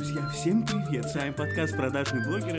Друзья, всем привет! С вами подкаст «Продажные блогеры».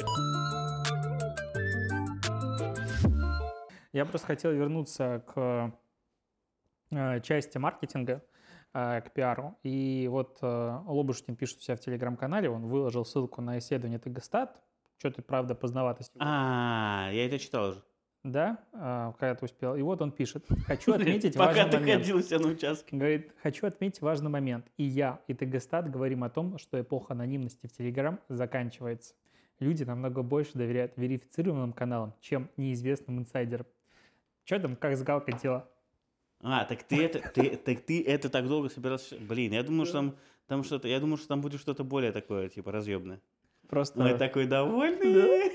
Я просто хотел вернуться к части маркетинга, к пиару. И вот Лобушкин пишет у себя в Телеграм-канале, он выложил ссылку на исследование Тегостат. Что-то, правда, поздновато сегодня. Я это читал уже. Да, когда ты успел. И вот он пишет. Хочу отметить Пока важный ты момент. ходил у себя на участке. Говорит, хочу отметить важный момент. И я, и Тегостат говорим о том, что эпоха анонимности в Телеграм заканчивается. Люди намного больше доверяют верифицированным каналам, чем неизвестным инсайдерам. Что там, как с галкой дела? Так ты это так долго собирался... Блин, я думаю, что там что-то... Я думаю, что там будет что-то более такое, типа, разъебное. Просто... Ой, такой довольный.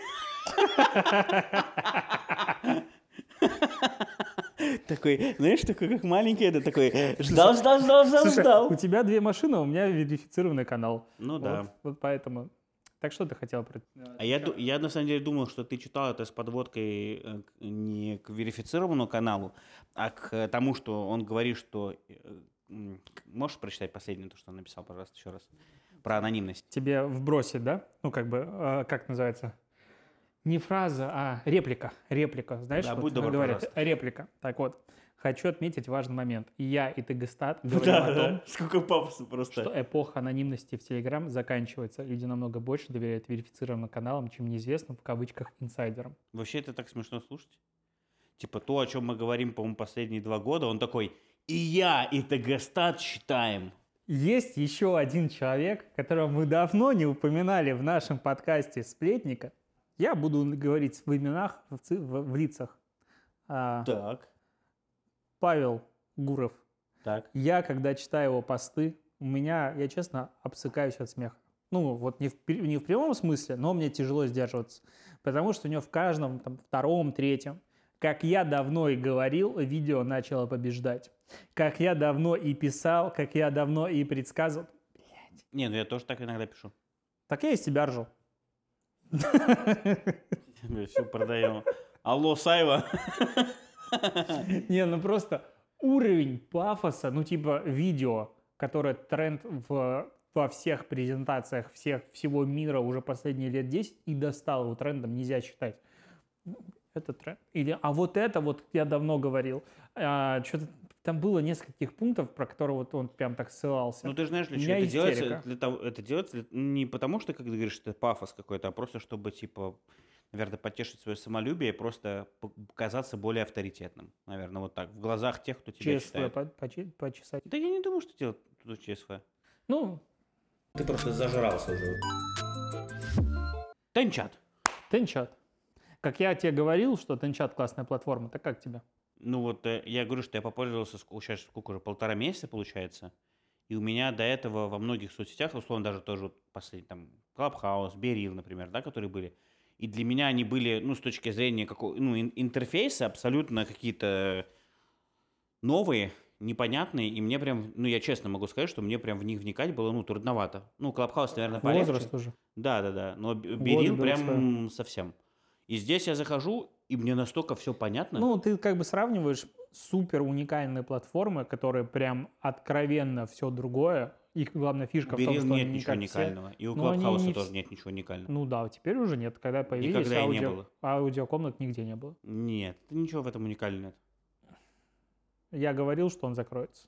Такой, знаешь, такой, как маленький, это такой, ждал. У тебя 2 машины, а у меня верифицированный канал. Ну да. Вот поэтому. Так что ты хотел? Я на самом деле думал, что ты читал это с подводкой не к верифицированному каналу, а к тому, что он говорит, что... Можешь прочитать последнее, то, что он написал, пожалуйста, еще раз? Про анонимность. Тебе вбросить, да? Ну, как бы, как называется? Не фраза, а реплика. Реплика, знаешь? Да, вот будь добр, говорят, пожалуйста. реплика. Так вот, хочу отметить важный момент. И я, и Тегостат говорим о том, сколько пафоса просто. что эпоха анонимности в Телеграм заканчивается. Люди намного больше доверяют верифицированным каналам, чем неизвестным, в кавычках, инсайдерам. Вообще это так смешно слушать. Типа то, о чем мы говорим, по-моему, последние 2 года, он такой, и я, и Тегостат считаем. Есть еще один человек, которого мы давно не упоминали в нашем подкасте «Сплетника». Я буду говорить в именах, в лицах. Так. Павел Гуров. Так. Я, когда читаю его посты, я, честно, обсыкаюсь от смеха. Ну, вот не в прямом смысле, но мне тяжело сдерживаться. Потому что у него в каждом, там, 2-м, 3-м, как я давно и говорил, видео начало побеждать. Как я давно и писал, как я давно и предсказывал. Блядь. Не, ну я тоже так иногда пишу. Так я из тебя ржу. Все продаем. Алло, Сайва. Не, ну просто уровень пафоса, ну типа видео, которое тренд во всех презентациях всего мира уже последние лет 10 и достал его трендом, нельзя считать. Это тренд. А вот это вот я давно говорил. Что-то там было нескольких пунктов, про которые вот он прям так ссылался. Ну ты же знаешь, для чего это делается? Это делается не потому, что, как ты говоришь, это пафос какой-то, а просто чтобы, типа, наверное, потешить свое самолюбие и просто казаться более авторитетным. Наверное, вот так. В глазах тех, кто тебя читает. ЧСВ почесать. Да я не думаю, что делать тут ЧСВ. Ну, ты просто зажрался уже. Тенчат. Как я тебе говорил, что Тенчат классная платформа, так как тебе? Ну вот я говорю, что я попользовался сейчас сколько уже, 1,5 месяца получается. И у меня до этого во многих соцсетях, условно, даже тоже вот последний, там, Clubhouse, Берил, например, да, которые были. И для меня они были, ну, с точки зрения интерфейса абсолютно какие-то новые, непонятные. И мне прям, ну, я честно могу сказать, что мне прям в них вникать было, ну, трудновато. Ну, Clubhouse, наверное, полегче. Возраст уже. Да. Но Берил прям совсем. И здесь я захожу, и мне настолько все понятно. Ну, ты как бы сравниваешь супер уникальные платформы, которые прям откровенно все другое. Их главная фишка в том, что нет ничего уникального. И у Клабхауса тоже нет ничего уникального. Ну да, теперь уже нет. Когда появились аудиокомнат, нигде не было. Нет, ничего в этом уникального нет. Я говорил, что он закроется.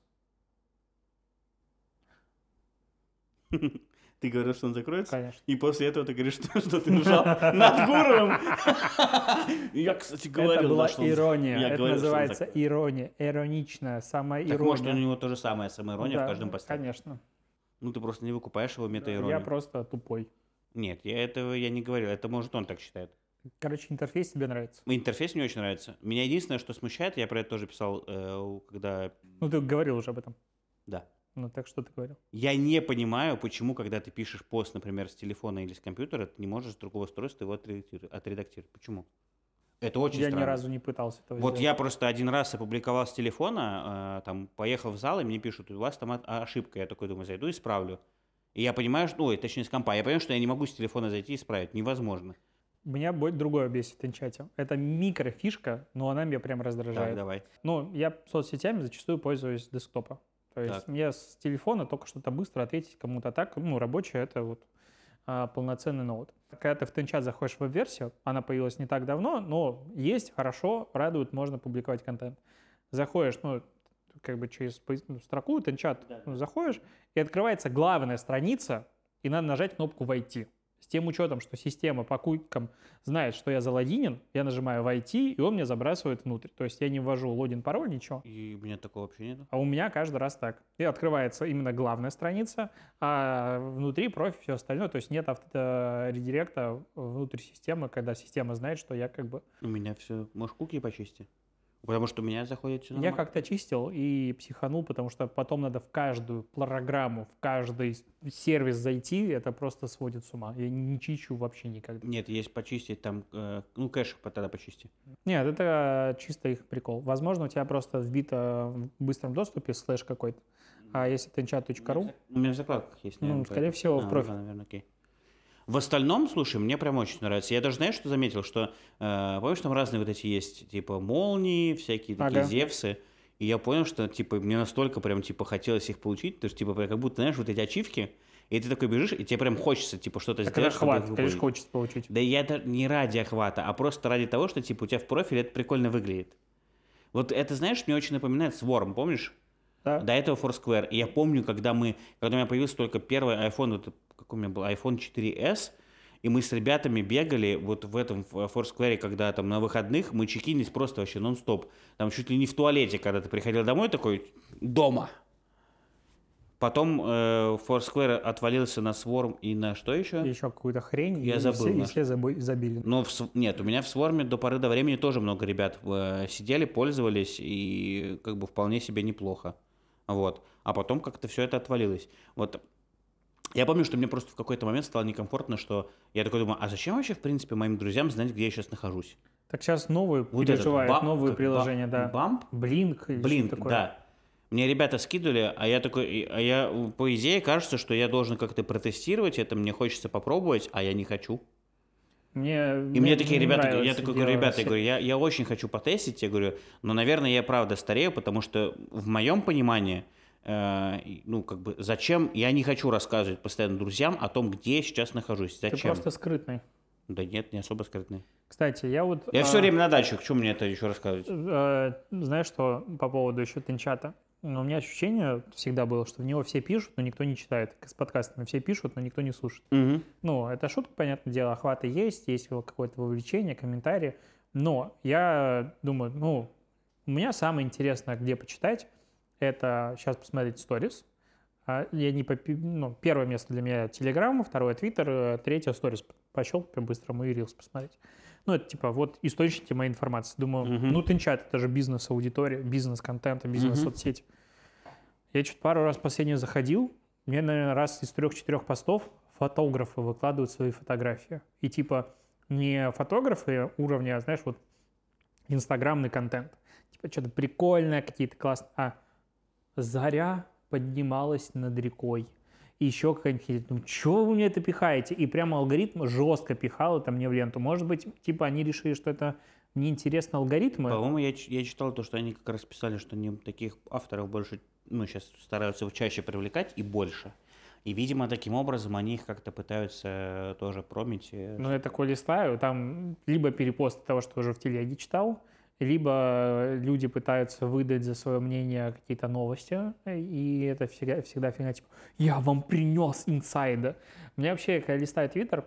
Ты говорил, что он закроется? Конечно. И после этого ты говоришь, что ты нажал над Гуровым. Я, кстати, говорил. Это была ирония. Это называется ирония. Ироничная, самоирония. Так может, у него то же самое, самоирония в каждом посте? Конечно. Ну, ты просто не выкупаешь его метаиронию. Я просто тупой. Нет, этого я не говорил. Это, может, он так считает. Короче, интерфейс тебе нравится? Интерфейс мне очень нравится. Меня единственное, что смущает, я про это тоже писал, когда... Ну, ты говорил уже об этом. Да. Ну, так что ты говорил? Я не понимаю, почему, когда ты пишешь пост, например, с телефона или с компьютера, ты не можешь с другого устройства его отредактировать. Почему? Это очень странно. Я ни разу не пытался этого Вот сделать. я просто один раз опубликовал с телефона, там, поехал в зал, и мне пишут, у вас там ошибка. Я такой думаю, зайду и исправлю. И я понимаю, что, точнее, с компа, я понимаю, что я не могу с телефона зайти и исправить. Невозможно. Меня другое бесит в Тенчате. Это микрофишка, но она меня прям раздражает. Так, давай. Ну, я соцсетями зачастую пользуюсь десктопа. То есть мне с телефона только что-то быстро ответить кому-то так. Ну, рабочее это вот полноценный ноут. Когда ты в Тенчат заходишь в веб-версию, она появилась не так давно, но есть, хорошо, радует, можно публиковать контент. Заходишь, как бы через строку Тенчат заходишь, и открывается главная страница, и надо нажать кнопку «Войти». С тем учетом, что система по кукам знает, что я залогинен, я нажимаю «Войти», и он мне забрасывает внутрь. То есть я не ввожу логин, пароль, ничего. И у меня такого вообще нет. А у меня каждый раз так. И открывается именно главная страница, а внутри профиль, все остальное. То есть нет редиректа внутрь системы, когда система знает, что я как бы... У меня все... Можешь куки почисти? Потому что у меня заходит все Я нормально. как-то чистил и психанул, потому что потом надо в каждую программу, в каждый сервис зайти, это просто сводит с ума. Я не чищу вообще никогда. Нет, есть почистить там... кэш тогда почисти. Нет, это чисто их прикол. Возможно, у тебя просто вбито в быстром доступе слэш какой-то. А если tenchat.ru, У меня в закладках есть, наверное. скорее всего, в профиль. Наверное, окей. В остальном, слушай, мне прям очень нравится. Я даже, знаешь, что заметил, что, помнишь, там разные вот эти есть, типа, молнии, всякие такие зевсы. И я понял, что, типа, мне настолько прям, типа, хотелось их получить, то есть, типа, как будто, знаешь, вот эти ачивки, и ты такой бежишь, и тебе прям хочется, типа, что-то Так сделать, это охват, конечно, хочется получить. Да я это не ради охвата, а просто ради того, что, типа, у тебя в профиле это прикольно выглядит. Вот это, знаешь, мне очень напоминает Swarm, помнишь? Да. До этого Foursquare. И я помню, когда у меня появился только первый iPhone, вот, какой у меня был, iPhone 4S, и мы с ребятами бегали вот в этом Foursquare, когда там на выходных мы чекинились просто вообще нон-стоп. Там чуть ли не в туалете, когда ты приходил домой такой, дома. Потом Foursquare отвалился на Swarm и на что еще? Еще какую-то хрень. Я забыл. Все забили. Но нет, у меня в Swarm до поры до времени тоже много ребят сидели, пользовались, и как бы вполне себе неплохо. Вот. А потом как-то все это отвалилось. Вот. Я помню, что мне просто в какой-то момент стало некомфортно, что я такой думаю, а зачем вообще, в принципе, моим друзьям знать, где я сейчас нахожусь? Так сейчас новые Вот переживают, новые приложения, да. Бамп? Блинк или Блинк, что-то такое. да. Мне ребята скидывали, а я такой, по идее, кажется, что я должен как-то протестировать это, мне хочется попробовать, а я не хочу. И мне такие ребята, я такой говорю, ребята, я очень хочу потестить, я говорю, но, наверное, я правда старею, потому что в моем понимании, как бы, зачем, я не хочу рассказывать постоянно друзьям о том, где я сейчас нахожусь, зачем. Ты просто скрытный. Да нет, не особо скрытный. Кстати, я вот... Я все время на даче, к чему мне это еще рассказывать? Знаешь, что по поводу еще Тенчата? У меня ощущение всегда было, что в него все пишут, но никто не читает. Как с подкастами все пишут, но никто не слушает. Угу. Это шутка, понятное дело, охваты есть какое-то вовлечение, комментарии. Но я думаю, у меня самое интересное, где почитать, это сейчас посмотреть сторис. Первое место для меня Telegram, второе Twitter, третье сторис пощелкать по-быстрому и Reels посмотреть. Это типа вот источники моей информации. Думаю, Тенчат, это же бизнес-аудитория, бизнес-контент, бизнес-соцсети. Я что-то пару раз последний заходил, мне, наверное, раз из 3-4 постов фотографы выкладывают свои фотографии. И типа не фотографы уровня, знаешь, вот инстаграмный контент. Типа что-то прикольное, какие-то классные. А заря поднималась над рекой. И еще какая-нибудь, что вы мне это пихаете? И прямо алгоритм жестко пихал это мне в ленту. Может быть, типа они решили, что это неинтересны алгоритмы? По-моему, я читал то, что они как раз писали, что они таких авторов больше, сейчас стараются чаще привлекать и больше. И, видимо, таким образом они их как-то пытаются тоже промить. Я такой листаю, там либо перепост того, что уже в телеге читал, либо люди пытаются выдать за свое мнение какие-то новости, и это всегда фигня, типа, я вам принес инсайда. Мне вообще, когда листаю Твиттер,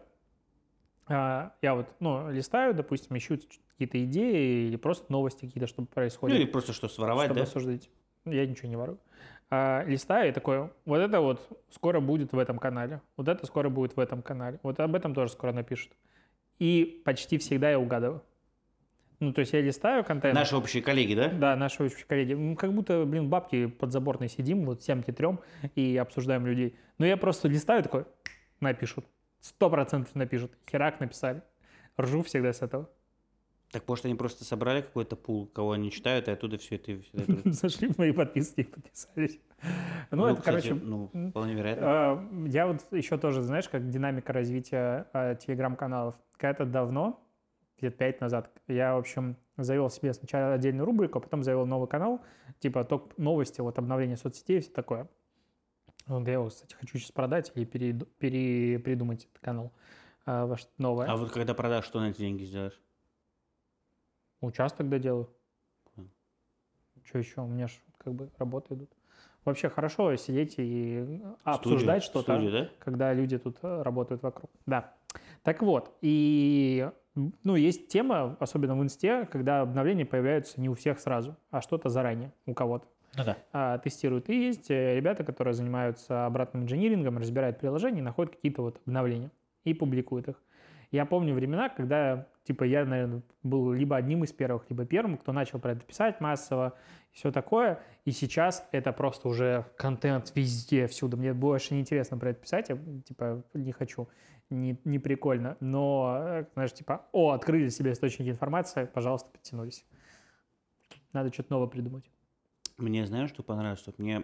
я листаю, допустим, ищу какие-то идеи или просто новости какие-то, чтобы происходит. Или просто что своровать, чтобы обсуждать. Я ничего не ворую. Листаю и такой, вот это вот скоро будет в этом канале, вот это скоро будет в этом канале, вот об этом тоже скоро напишут. И почти всегда я угадываю. То есть я листаю контент. Наши общие коллеги, да? Да, наши общие коллеги. Как будто, бабки подзаборные сидим, вот 7-3 и обсуждаем людей. Но я просто листаю такой, напишут. 100% напишут. Херак написали. Ржу всегда с этого. Так может они просто собрали какой-то пул, кого они читают, и оттуда все это... Зашли в мои подписки и подписались. Это, кстати, короче... вполне вероятно. Я вот еще тоже, знаешь, как динамика развития телеграм-каналов. Когда-то давно, лет 5 назад, я, в общем, завел себе сначала отдельную рубрику, а потом завел новый канал, типа топ-новости, вот обновление соцсетей и все такое. Вот я его, кстати, хочу сейчас продать или перепридумать этот канал во что-то новое. А вот когда продашь, что на эти деньги сделаешь? Участок доделаю. Мгм. Что еще? У меня же как бы работы идут. Вообще хорошо сидеть и Студию? обсуждать что-то, Студию, да? когда люди тут работают вокруг. Да. Так вот, и есть тема, особенно в инсте, когда обновления появляются не у всех сразу, а что-то заранее у кого-то. Ну да. Тестируют. И есть ребята, которые занимаются обратным инжинирингом, разбирают приложения, находят какие-то вот обновления и публикуют их. Я помню времена, когда, я, наверное, был либо одним из первых, либо первым, кто начал про это писать массово, и все такое. И сейчас это просто уже контент везде, всюду. Мне больше не интересно про это писать, я, не хочу, не прикольно. Но, знаешь, открыли себе источники информации, пожалуйста, подтянулись. Надо что-то новое придумать. Мне, знаешь, что понравилось? Что мне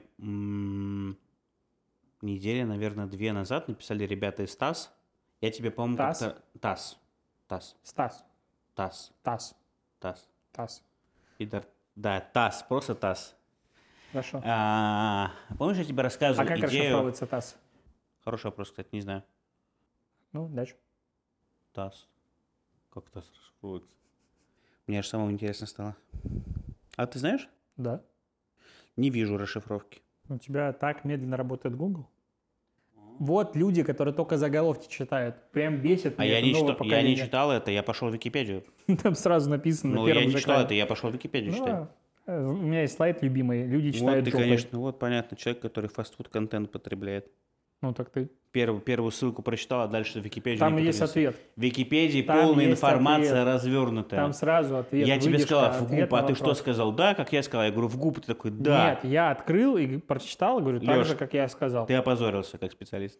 недели, наверное, 2 назад написали ребята из ТАСС. Я тебе, по-моему, ТАСС? как-то... ТАСС. Стас. ТАСС. ТАСС. ТАСС. ТАСС. Да, ТАСС, просто ТАСС. Хорошо. Помнишь, я тебе рассказывал как идею... расшифровывается ТАСС? Хороший вопрос, кстати, не знаю. Ну, дальше. ТАСС. Как ТАСС расшифровывается? Мне аж самому интересно стало. А ты знаешь? Да. Не вижу расшифровки. У тебя так медленно работает Google? Вот люди, которые только заголовки читают. Прям бесит меня это новое я поколение. не читал это, я пошел в Википедию. Там сразу написано на Ну, первом я не же читал экране. это, я пошел в Википедию читать. У меня есть слайд любимый. Люди читают Вот ты, жопой. конечно, вот понятно, человек, который фастфуд-контент потребляет. Ну, так ты. Первую ссылку прочитал, а дальше в Википедию Там не есть потребился. ответ. В Википедии Там полная есть информация ответ. развернутая. Там сразу ответ. Я тебе выдержка, сказал, в ответ ГУП, а на ты что вопрос. сказал? Да, как я сказал? Я говорю, в ГУП, ты такой, да. Нет, я открыл и прочитал, говорю, так Лёш, же, как я сказал. Ты опозорился как специалист.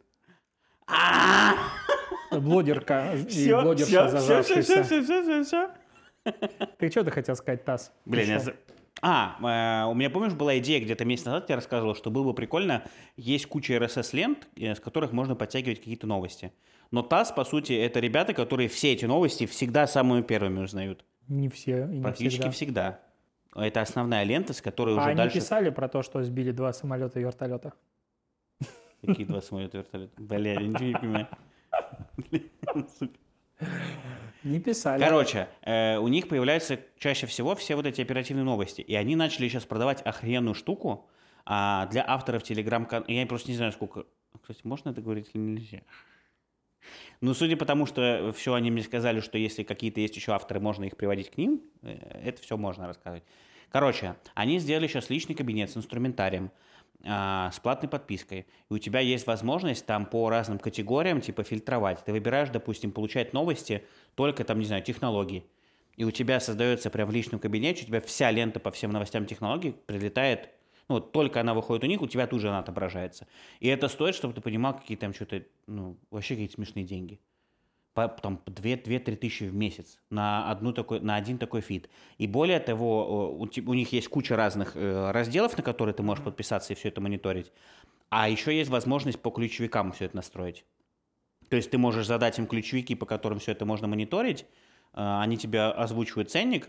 Блогерка и блогерша зажавшаяся. Все. Ты что ты хотел сказать, Тасс? Блин, Еще. у меня, помнишь, была идея где-то месяц назад, я рассказывал, что было бы прикольно, есть куча RSS-лент, с которых можно подтягивать какие-то новости. Но ТАСС, по сути, это ребята, которые все эти новости всегда самыми первыми узнают. Не все, и не Практически всегда. Это основная лента, с которой уже они дальше... писали про то, что сбили 2 самолета и вертолета? Какие 2 самолета вертолета? Бля, я ничего не понимаю. Не писали. Короче, у них появляются чаще всего все вот эти оперативные новости. И они начали сейчас продавать охрененную штуку для авторов телеграм-канала. Я просто не знаю, сколько... Кстати, можно это говорить или нельзя? Ну, судя по тому, что все они мне сказали, что если какие-то есть еще авторы, можно их приводить к ним, это все можно рассказывать. Короче, они сделали сейчас личный кабинет с инструментарием, с платной подпиской. И у тебя есть возможность там по разным категориям типа фильтровать. Ты выбираешь, допустим, получать новости только там, не знаю, технологии. И у тебя создается прям в личном кабинете, у тебя вся лента по всем новостям технологий прилетает. Ну, вот только она выходит у них, у тебя тут же она отображается. И это стоит, чтобы ты понимал, какие там что-то, вообще какие-то смешные деньги. Там 2-3 тысячи в месяц на один такой фид. И более того, у них есть куча разных разделов, на которые ты можешь подписаться и все это мониторить. А еще есть возможность по ключевикам все это настроить. То есть ты можешь задать им ключевики, по которым все это можно мониторить. Они тебе озвучивают ценник.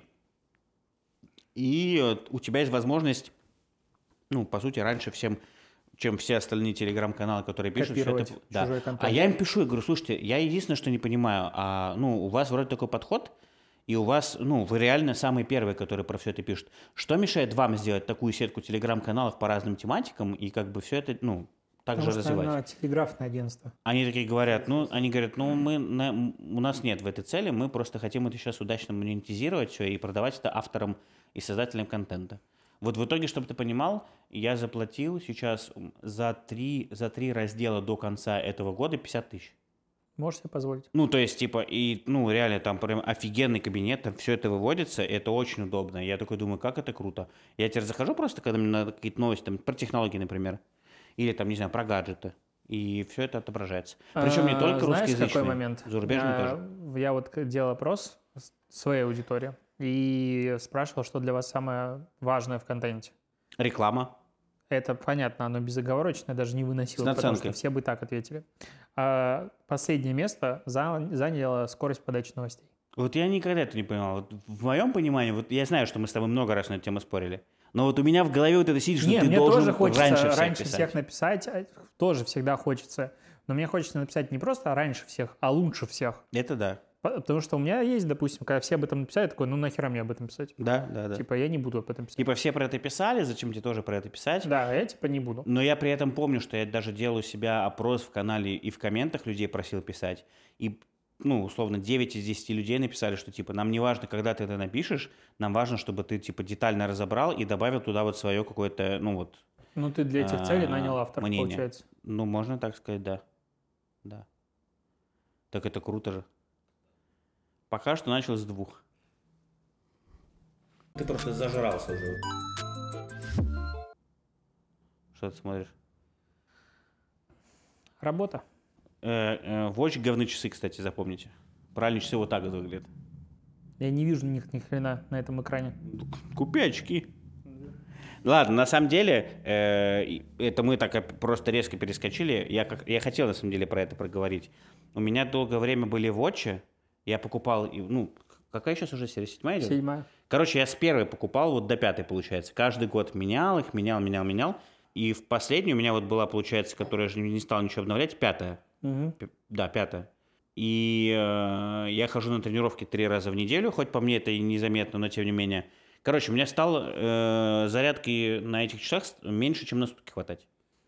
И у тебя есть возможность, по сути, раньше всем... чем все остальные телеграм-каналы, которые пишут. Копировать все это, чужой да. контент. А я им пишу, я говорю, слушайте, я единственное, что не понимаю, у вас вроде такой подход, и у вас, вы реально самые первые, которые про все это пишут. Что мешает вам сделать такую сетку телеграм-каналов по разным тематикам и как бы все это, так же развивать? Потому что телеграфное агентство. Они такие говорят, у нас нет в этой цели, мы просто хотим это сейчас удачно монетизировать все и продавать это авторам и создателям контента. Вот в итоге, чтобы ты понимал, я заплатил сейчас за три раздела до конца этого года 50 тысяч. Можешь себе позволить? То есть, реально, там прям офигенный кабинет, там все это выводится, и это очень удобно. Я такой думаю, как это круто. Я теперь захожу просто, когда мне надо какие-то новости, там, про технологии, например, или там, не знаю, про гаджеты, и все это отображается. Причем не только русскоязычные, знаешь, какой момент? зарубежные тоже. Я вот делал опрос своей аудитории и спрашивал, что для вас самое важное в контенте. Реклама. Это понятно, оно безоговорочно, даже не выносило, потому что все бы так ответили. Последнее место заняла скорость подачи новостей. Вот я никогда это не понимал. Вот в моем понимании, вот я знаю, что мы с тобой много раз на эту тему спорили, но вот у меня в голове вот это сидит, что ты должен тоже хочется раньше всех всех написать. тоже всегда хочется. Но мне хочется написать не просто раньше всех, а лучше всех. Это да. Потому что у меня есть, допустим, когда все об этом написали, я такой, ну нахера мне об этом писать? Да, да, да. Типа я не буду об этом писать. Типа все про это писали, зачем тебе тоже про это писать? Да, а я типа не буду. Но я при этом помню, что я даже делал у себя опрос в канале и в комментах людей просил писать. И, ну, условно, 9 из 10 людей написали, что, типа, нам не важно, когда ты это напишешь, нам важно, чтобы ты, типа, детально разобрал и добавил туда вот свое какое-то, ну, вот... Ну, ты для этих целей нанял автора, мнение. получается. Ну, можно так сказать, да. Да. Так это круто же. Пока что начал с 2. Ты просто зажрался уже. Что ты смотришь? Работа. Watch говны часы, кстати, запомните. Правильно, часы вот так выглядят. Я не вижу них ни хрена на этом экране. Купи очки. Ладно, на самом деле, это мы так просто резко перескочили. Я хотел, на самом деле, про это проговорить. У меня долгое время были вотчи. Я покупал, ну, какая сейчас уже серия? 7 идет? 7. Короче, я с 1 покупал, вот до 5 получается. Каждый год менял их, менял. И в последней у меня вот была, получается, которая же не стала ничего обновлять, 5. Угу. Да, 5. И я хожу на тренировки 3 раза в неделю, хоть по мне это и незаметно, но тем не менее. Короче, у меня стало зарядки на этих часах меньше, чем на сутки хватать.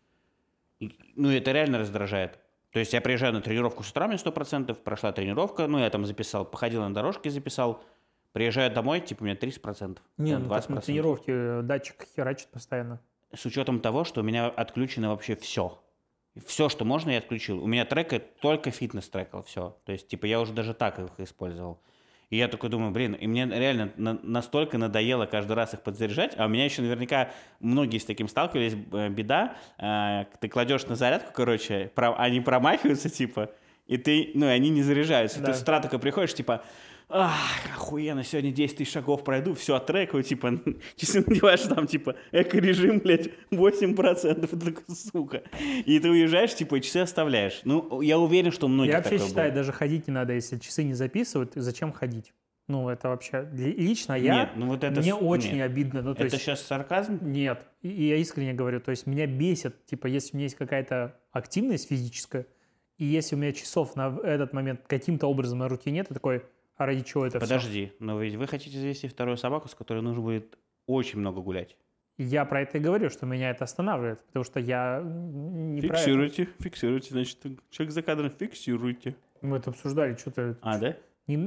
Ну, это реально раздражает. То есть я приезжаю на тренировку с утра, мне 100%, прошла тренировка, ну, я там записал, походил на дорожке, записал. Приезжаю домой, типа, у меня 30%. Не, ну, 20%. Так на тренировке датчик херачит постоянно. С учетом того, что у меня отключено вообще все. Все, что можно, я отключил. У меня трекает только фитнес трекал, все. То есть, типа, я уже даже так их использовал. И я такой думаю, блин, и мне реально настолько надоело каждый раз их подзаряжать, а у меня еще наверняка многие с таким сталкивались, беда, ты кладешь на зарядку, короче, они промахиваются, типа, и ты, ну, и они не заряжаются. Да. Ты с утра только приходишь, типа, охуенно, сегодня 10 тысяч шагов пройду, все оттрекаю, типа, часы надеваешь, там, типа, эко-режим, блядь, 8%, ты такой, сука. И ты уезжаешь, типа, и часы оставляешь. Ну, я уверен, что многие Я вообще такое считаю, было. даже ходить не надо, если часы не записывают, зачем ходить? Ну, это вообще... Лично Нет, ну вот это... Мне очень обидно. Ну, то Это есть, сейчас сарказм? Нет, и я искренне говорю, то есть меня бесит, типа, если у меня есть какая-то активность физическая, и если у меня часов на этот момент каким-то образом на руке нет, я такой, а ради чего это все? Подожди, но ведь вы хотите завести вторую собаку, с которой нужно будет очень много гулять. Я про это и говорю, что меня это останавливает, потому что я не про это. Фиксируйте, значит, человек за кадром, фиксируйте. Мы это обсуждали, что-то... А, да?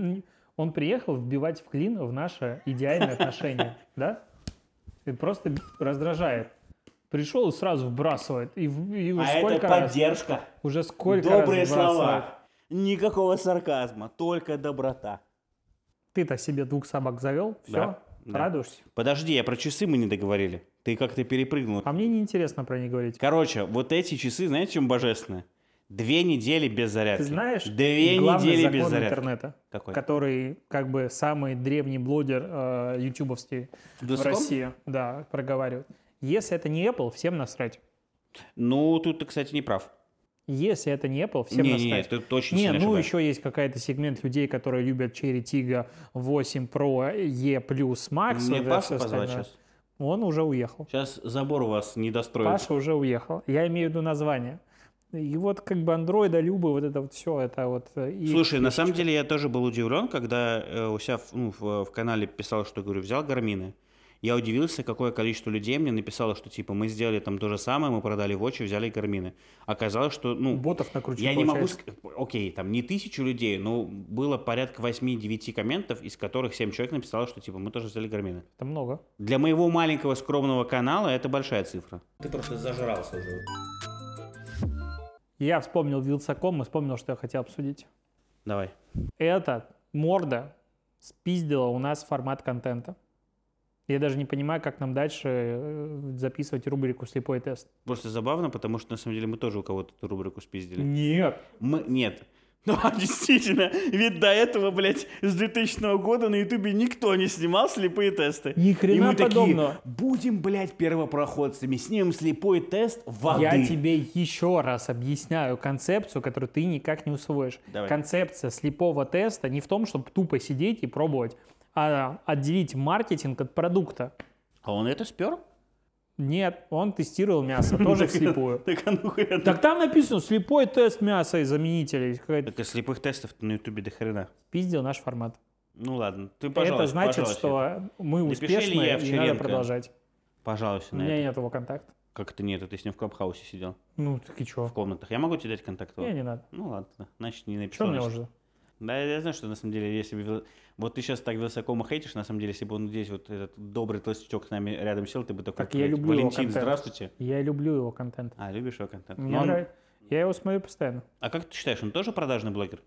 Он приехал вбивать в клин в наше идеальное отношение, да? И просто раздражает. Пришел и сразу вбрасывает. И сколько раз? поддержка. Уже сколько Добрые раз вбрасывает. слова. Никакого сарказма, только доброта. Ты-то себе 2 собак завел, все, Да. радуешься. Подожди, а про часы мы не договорили. Ты как-то перепрыгнул. А мне неинтересно про них говорить. Короче, вот эти часы, знаете, чем божественно? 2 недели без зарядки. Ты знаешь, 2 главный недели закон без зарядки. интернета, Какой? который как бы самый древний блогер ютубовский в Доском? России, да, проговаривает. Если это не Apple, всем насрать. Ну, тут ты, кстати, не прав. Если это не Apple, всем насрать. Нет, ты точно Не, сильно ну ошибаешься. еще есть какой-то сегмент людей, которые любят Cherry Tiggo 8 Pro E Plus Max. Мне уже Пашу всё позвать остальное. сейчас. Он уже уехал. Сейчас забор у вас не достроится. Паша уже уехал. Я имею в виду название. И вот как бы андроидолюбы, вот это вот все, это вот... Слушай, на самом деле я тоже был удивлен, когда у себя в канале писал, что, говорю, взял гармины. Я удивился, какое количество людей мне написало, что типа мы сделали там то же самое, мы продали вотчи, взяли гармины. Оказалось, что, ну... Ботов накрутить, я не могу получается. сказать... Окей, там не 1000 людей, но было порядка 8-9 комментов, из которых 7 человек написало, что типа мы тоже взяли гармины. Это много. Для моего маленького скромного канала это большая цифра. Ты просто зажрался уже. Я вспомнил Вилсаком и вспомнил, что я хотел обсудить. Давай. Это морда спиздила у нас формат контента. Я даже не понимаю, как нам дальше записывать рубрику «Слепой тест». Просто забавно, потому что на самом деле мы тоже у кого-то эту рубрику спиздили. Нет. Нет. Ну, действительно, ведь до этого, блядь, с 2000 года на Ютубе никто не снимал слепые тесты. Ни хрена И мы подобного. такие, будем, блядь, первопроходцами, снимем слепой тест воды. Я тебе еще раз объясняю концепцию, которую ты никак не усвоишь. Давай. Концепция слепого теста не в том, чтобы тупо сидеть и пробовать, а отделить маркетинг от продукта. А он это спер? Нет, он тестировал мясо, тоже вслепую. Так а ну хуя. Так там написано слепой тест мяса и заменителей. Так и слепых тестов на Ютубе до хрена. Пиздил наш формат. Ну ладно, ты, Это пожалуйста, значит, что мы Напиши успешны Илья и надо Овчаренко. продолжать. Пожалуйста, У на меня это. нет его контакта. Как это нет, ты с ним в Клабхаусе сидел, Ну, так и чё? в комнатах. Я могу тебе дать контакт его? Не, не надо. Ну ладно, значит не Чё написал. мне значит. уже? Да, я знаю, что на самом деле, если бы... Вот ты сейчас так Вилсакома хейтишь, на самом деле, если бы он здесь вот этот добрый толстячок с нами рядом сел, ты бы такой, Так я люблю его Валентин, контент. здравствуйте. Я люблю его контент. А, любишь его контент? Мне Но он- нравится. Я его смотрю постоянно. А как ты считаешь, он тоже продажный блогер?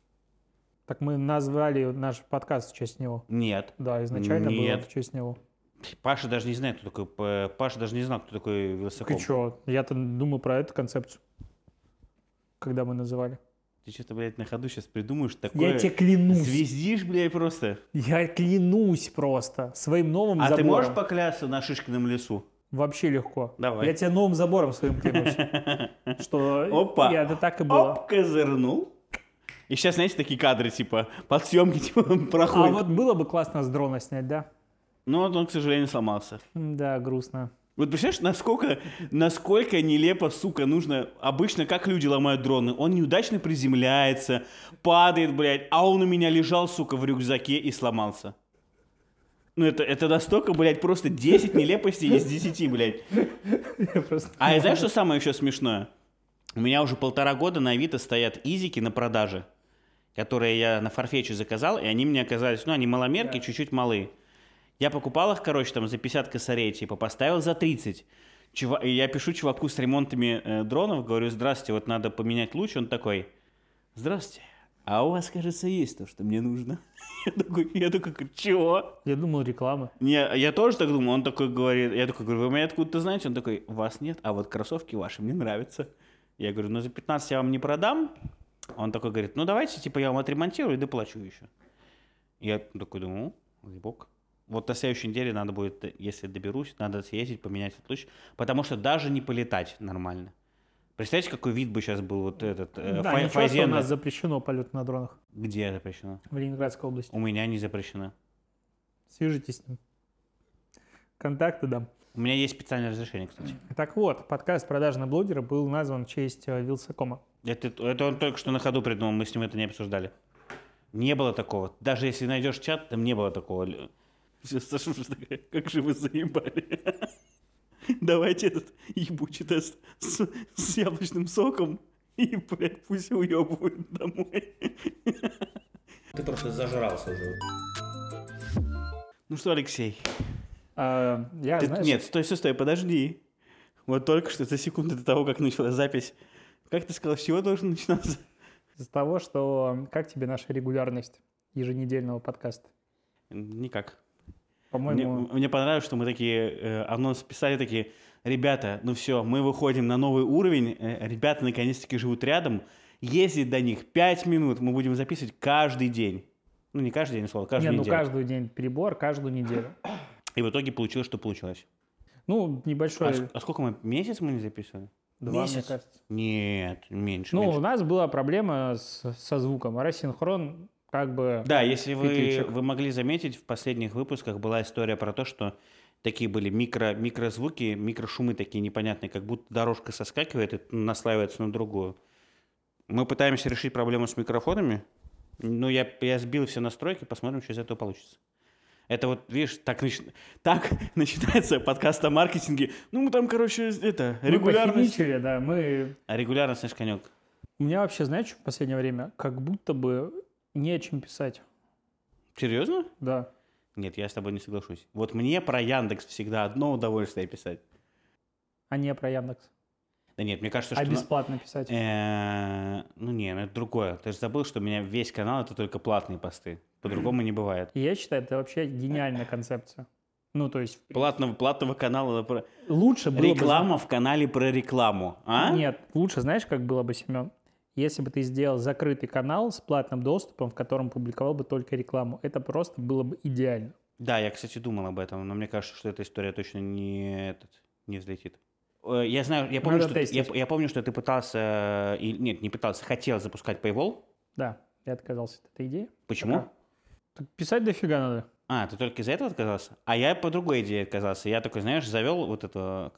Так мы назвали наш подкаст в честь него. Нет. Да, изначально Нет. было в честь него. Паша даже не знает, кто такой... Паша даже не знал, кто такой Так и Вилсаком. чё? Я-то думал про эту концепцию, когда мы называли. Ты что-то, блядь, на ходу сейчас придумаешь такое... Я тебе клянусь. Звездишь, блядь, просто. Я клянусь просто своим новым А забором. ты можешь поклясться на Шишкином лесу? Вообще легко. Давай. Я тебе новым забором своим клянусь. Что Опа. это так и было. Оп, козырнул. И сейчас, знаете, такие кадры, типа, подсъемки, типа, А проходят. вот было бы классно с дрона снять, да? Но вот он, к сожалению, сломался. Да, грустно. Вот представляешь, насколько нелепо, сука, нужно... Обычно как люди ломают дроны? Он неудачно приземляется, падает, блядь, а он у меня лежал, сука, в рюкзаке и сломался. Ну это настолько, блядь, просто 10 нелепостей из 10, блядь. Я просто- А и знаешь, что самое еще смешное? У меня уже 1,5 года на Авито стоят изики на продаже, которые я на Farfetch заказал, и они мне оказались, ну, они маломерки, чуть-чуть малые. Я покупал их, короче, там за 50 косарей, типа, поставил за 30. И я пишу чуваку с ремонтами дронов, говорю, здравствуйте, вот надо поменять луч. Он такой, здравствуйте, а у вас, кажется, есть то, что мне нужно. Я такой, чего? Я думал, реклама. Я тоже так думал, он такой говорит, я такой говорю, вы меня откуда-то знаете? Он такой, вас нет, а вот кроссовки ваши мне нравятся. Я говорю, ну за 15 я вам не продам. Он такой говорит, ну давайте, типа, я вам отремонтирую и доплачу еще. Я такой думаю, ебок. Вот на следующей неделе надо будет, если доберусь, надо съездить, поменять этот луч, потому что даже не полетать нормально. Представляете, какой вид бы сейчас был вот этот Да, ничего, что у Фазенда. нас запрещено полет на дронах Где запрещено? в Ленинградской области. У меня не запрещено. Свяжитесь с ним. Контакты дам. У меня есть специальное разрешение, кстати. Так вот, подкаст «Продажные блогеры» был назван в честь Вилсакома. Это он только что на ходу придумал, мы с ним это не обсуждали. Не было такого. Даже если найдешь чат, там не было такого. Сейчас Саша уже такая, как же вы заебали. Давайте этот ебучий тест с яблочным соком и, блядь, пусть уебывают домой. Ты просто зажрался уже. Ну что, Алексей? Нет, стой, подожди. Вот только что за секунду до того, как началась запись, как ты сказал, с чего должен начинаться? С того, что как тебе наша регулярность еженедельного подкаста? Никак. По-моему, Мне понравилось, что мы такие анонс писали, такие, ребята, ну все, мы выходим на новый уровень, ребята наконец-таки живут рядом, ездить до них 5 минут, мы будем записывать каждый день. Ну не каждый день, слово, каждую неделю. каждый день перебор, каждую неделю. И в итоге получилось, что получилось. Ну, небольшой, А сколько мы, месяц мы не записывали? 2, мне месяц? кажется. Нет, меньше. Ну, меньше. у нас была проблема со звуком, а рассинхрон как бы... Да, если фитличек. вы могли заметить, в последних выпусках была история про то, что такие были микрозвуки, микрошумы такие непонятные, как будто дорожка соскакивает и наслаивается на другую. Мы пытаемся решить проблему с микрофонами. Ну, я сбил все настройки, посмотрим, что из этого получится. Это вот, видишь, так начинается подкаст о маркетинге. Ну, мы там, короче, регулярность. Мы да, А регулярность наш конек. У меня вообще, знаешь, что в последнее время? Как будто бы не о чем писать. Серьезно? Да. Нет, я с тобой не соглашусь. Вот мне про Яндекс всегда одно удовольствие писать. А не про Яндекс. Да нет, мне кажется, А что... бесплатно писать. Ну не, это другое. Ты же забыл, что у меня весь канал это только платные посты. По-другому не бывает. И я считаю, это вообще гениальная концепция. Ну, то есть... Платного канала про... Лучше было Реклама в канале про рекламу. А? Нет, лучше, знаешь, как было бы, Семен? Если бы ты сделал закрытый канал с платным доступом, в котором публиковал бы только рекламу. Это просто было бы идеально. Да, я, кстати, думал об этом, но мне кажется, что эта история точно не взлетит. Я знаю, я помню, я помню, что ты пытался, нет, не пытался, хотел запускать Paywall. Да, я отказался от этой идеи. Почему? Так писать дофига надо. А, ты только из-за этого отказался? А я по другой идее отказался. Я такой, знаешь, завел вот это,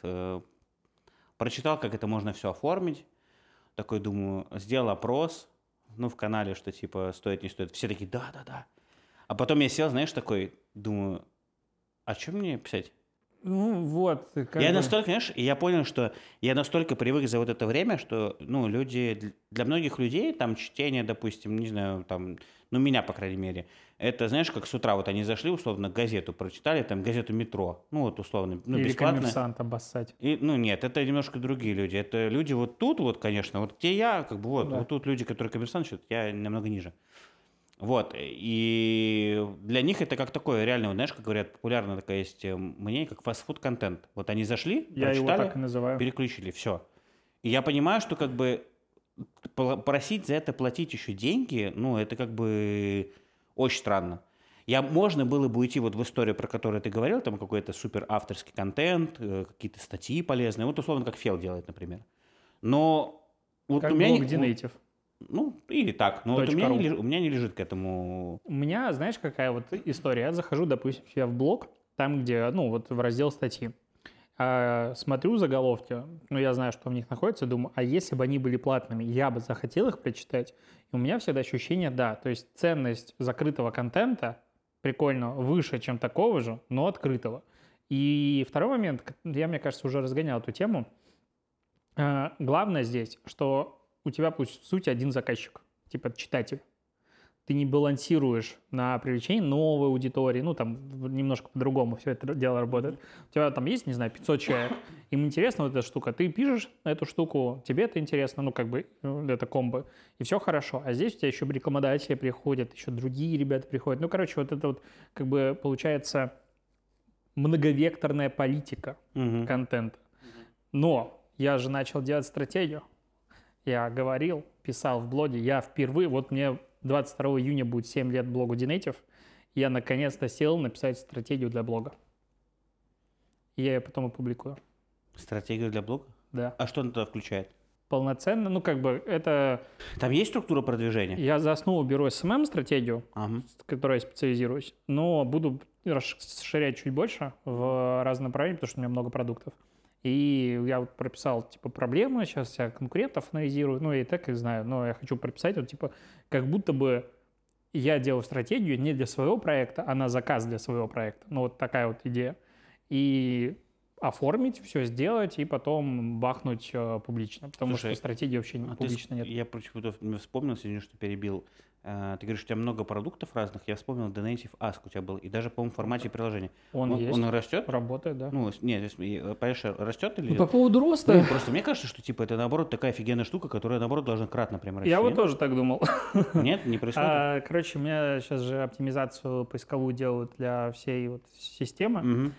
прочитал, как это можно все оформить. Такой думаю, сделал опрос, ну, в канале, что типа стоит, не стоит. Все такие, да. А потом я сел, знаешь, такой, думаю, а что мне писать? Ну, вот, как Я бы... настолько, знаешь, я понял, что я настолько привык за вот это время, что, ну, люди, для многих людей, там, чтение, допустим, не знаю, там, ну, меня, по крайней мере, это, знаешь, как с утра вот они зашли, условно, газету прочитали, там, газету «Метро», ну, вот, условно, ну, Или бесплатно. коммерсант обоссать. И, ну, нет, это немножко другие люди. Это люди вот тут, вот, конечно, вот где я, как бы, вот, Да. вот тут люди, которые коммерсант, считают, я намного ниже. Вот, и для них это как такое, реально, вот, знаешь, как говорят, популярно такая есть мнение, как фастфуд-контент. Вот они зашли, Я его прочитали, так и называю. переключили, все. И я понимаю, что как бы просить за это платить еще деньги, ну, это как бы очень странно. Можно было бы уйти вот в историю, про которую ты говорил, там какой-то супер авторский контент, какие-то статьи полезные, вот условно как Фел делает, например. Но вот Как у меня блог не, Dnative. ну, или так, но вот у .ru. меня не лежит к этому. У меня, знаешь, какая вот история? Я захожу, допустим, себе в блог, там, где, ну, вот в раздел статьи. Смотрю заголовки, ну, я знаю, что в них находится, думаю, а если бы они были платными, я бы захотел их прочитать? И у меня всегда ощущение, да, то есть ценность закрытого контента прикольно выше, чем такого же, но открытого. И второй момент, я, мне кажется, уже разгонял эту тему. Главное здесь, что у тебя, по сути, один заказчик, типа читатель. Ты не балансируешь на привлечение новой аудитории, ну, там немножко по-другому все это дело работает. У тебя там есть, не знаю, 500 человек, им интересна вот эта штука, ты пишешь эту штуку, тебе это интересно, ну, как бы, это комбо, и все хорошо. А здесь у тебя еще рекламодатели приходят, еще другие ребята приходят. Ну, короче, вот это вот, как бы, получается многовекторная политика контента. Но я же начал делать стратегию. Я говорил, писал в блоге, я впервые, вот мне 22 июня будет 7 лет блогу Dnative, я наконец-то сел написать стратегию для блога. И я ее потом опубликую. Стратегию для блога? Да. А что она туда включает? Полноценно, ну как бы это... Там есть структура продвижения? Я за основу беру SMM-стратегию, в которой я специализируюсь, но буду расширять чуть больше в разные направления, потому что у меня много продуктов. И я вот прописал, типа, проблемы, сейчас я конкурентов анализирую, ну, я и так их знаю, но я хочу прописать, вот, типа, как будто бы я делаю стратегию не для своего проекта, а на заказ для своего проекта. Ну, вот такая вот идея. И оформить, все сделать, и потом бахнуть публично, потому Слушай, что стратегии вообще публично нет. Я почему-то вспомнил сегодня, что перебил. Ты говоришь, у тебя много продуктов разных. Я вспомнил, Dnative Ask у тебя был. И даже, по-моему, в формате приложения. Он есть. Он растет? Работает, да. Ну, нет, понимаешь, растет или... Ну, по поводу роста... Ну, просто мне кажется, что, типа, это, наоборот, такая офигенная штука, которая, наоборот, должна кратно прям расти. Я вот нет? тоже так думал. Нет, не происходит? Короче, у меня сейчас же оптимизацию поисковую делают для всей вот системы. Мгм.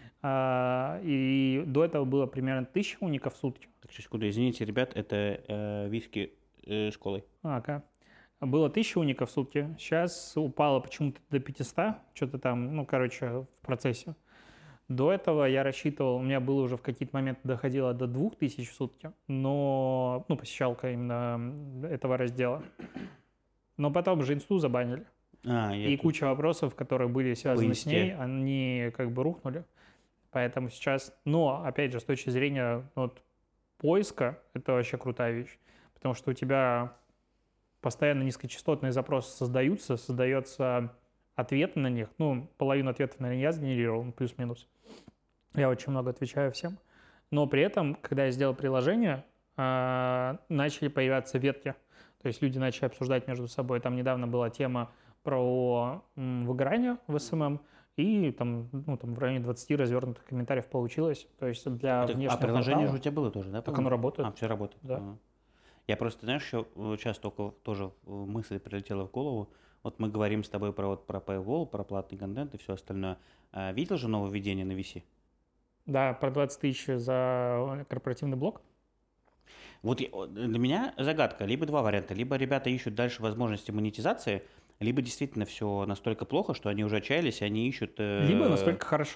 И до этого было примерно 1000 уников в сутки. Так, сейчас, секунду, извините, ребят, это виски с колой. Ага. Было 1000 уников в сутки. Сейчас упало почему-то до 500. Что-то там, ну, короче, в процессе. До этого я рассчитывал, у меня было уже в какие-то моменты доходило до 2000 в сутки, но, ну, посещалка именно этого раздела. Но потом же инсту забанили. И куча вопросов, которые были связаны с ней, они как бы рухнули. Поэтому сейчас, но, опять же, с точки зрения вот, поиска, это вообще крутая вещь. Потому что у тебя постоянно низкочастотные запросы создается ответы на них. Ну, половину ответов, наверное, я сгенерировал, плюс-минус. Я очень много отвечаю всем. Но при этом, когда я сделал приложение, начали появляться ветки. То есть люди начали обсуждать между собой. Там недавно была тема про выгорание в SMM, и там, ну, там в районе 20 развернутых комментариев получилось. То есть для внешнего приложение портала, же у тебя было тоже, да? так оно работает. Все работает. Да. Я просто, знаешь, еще сейчас только тоже мысль прилетела в голову. Вот мы говорим с тобой про Paywall, про платный контент и все остальное. Видел же нововведение на VC? Да, про 20 тысяч за корпоративный блок. Вот для меня загадка. Либо два варианта. Либо ребята ищут дальше возможности монетизации, либо действительно все настолько плохо, что они уже отчаялись, и они ищут... Либо настолько хорошо.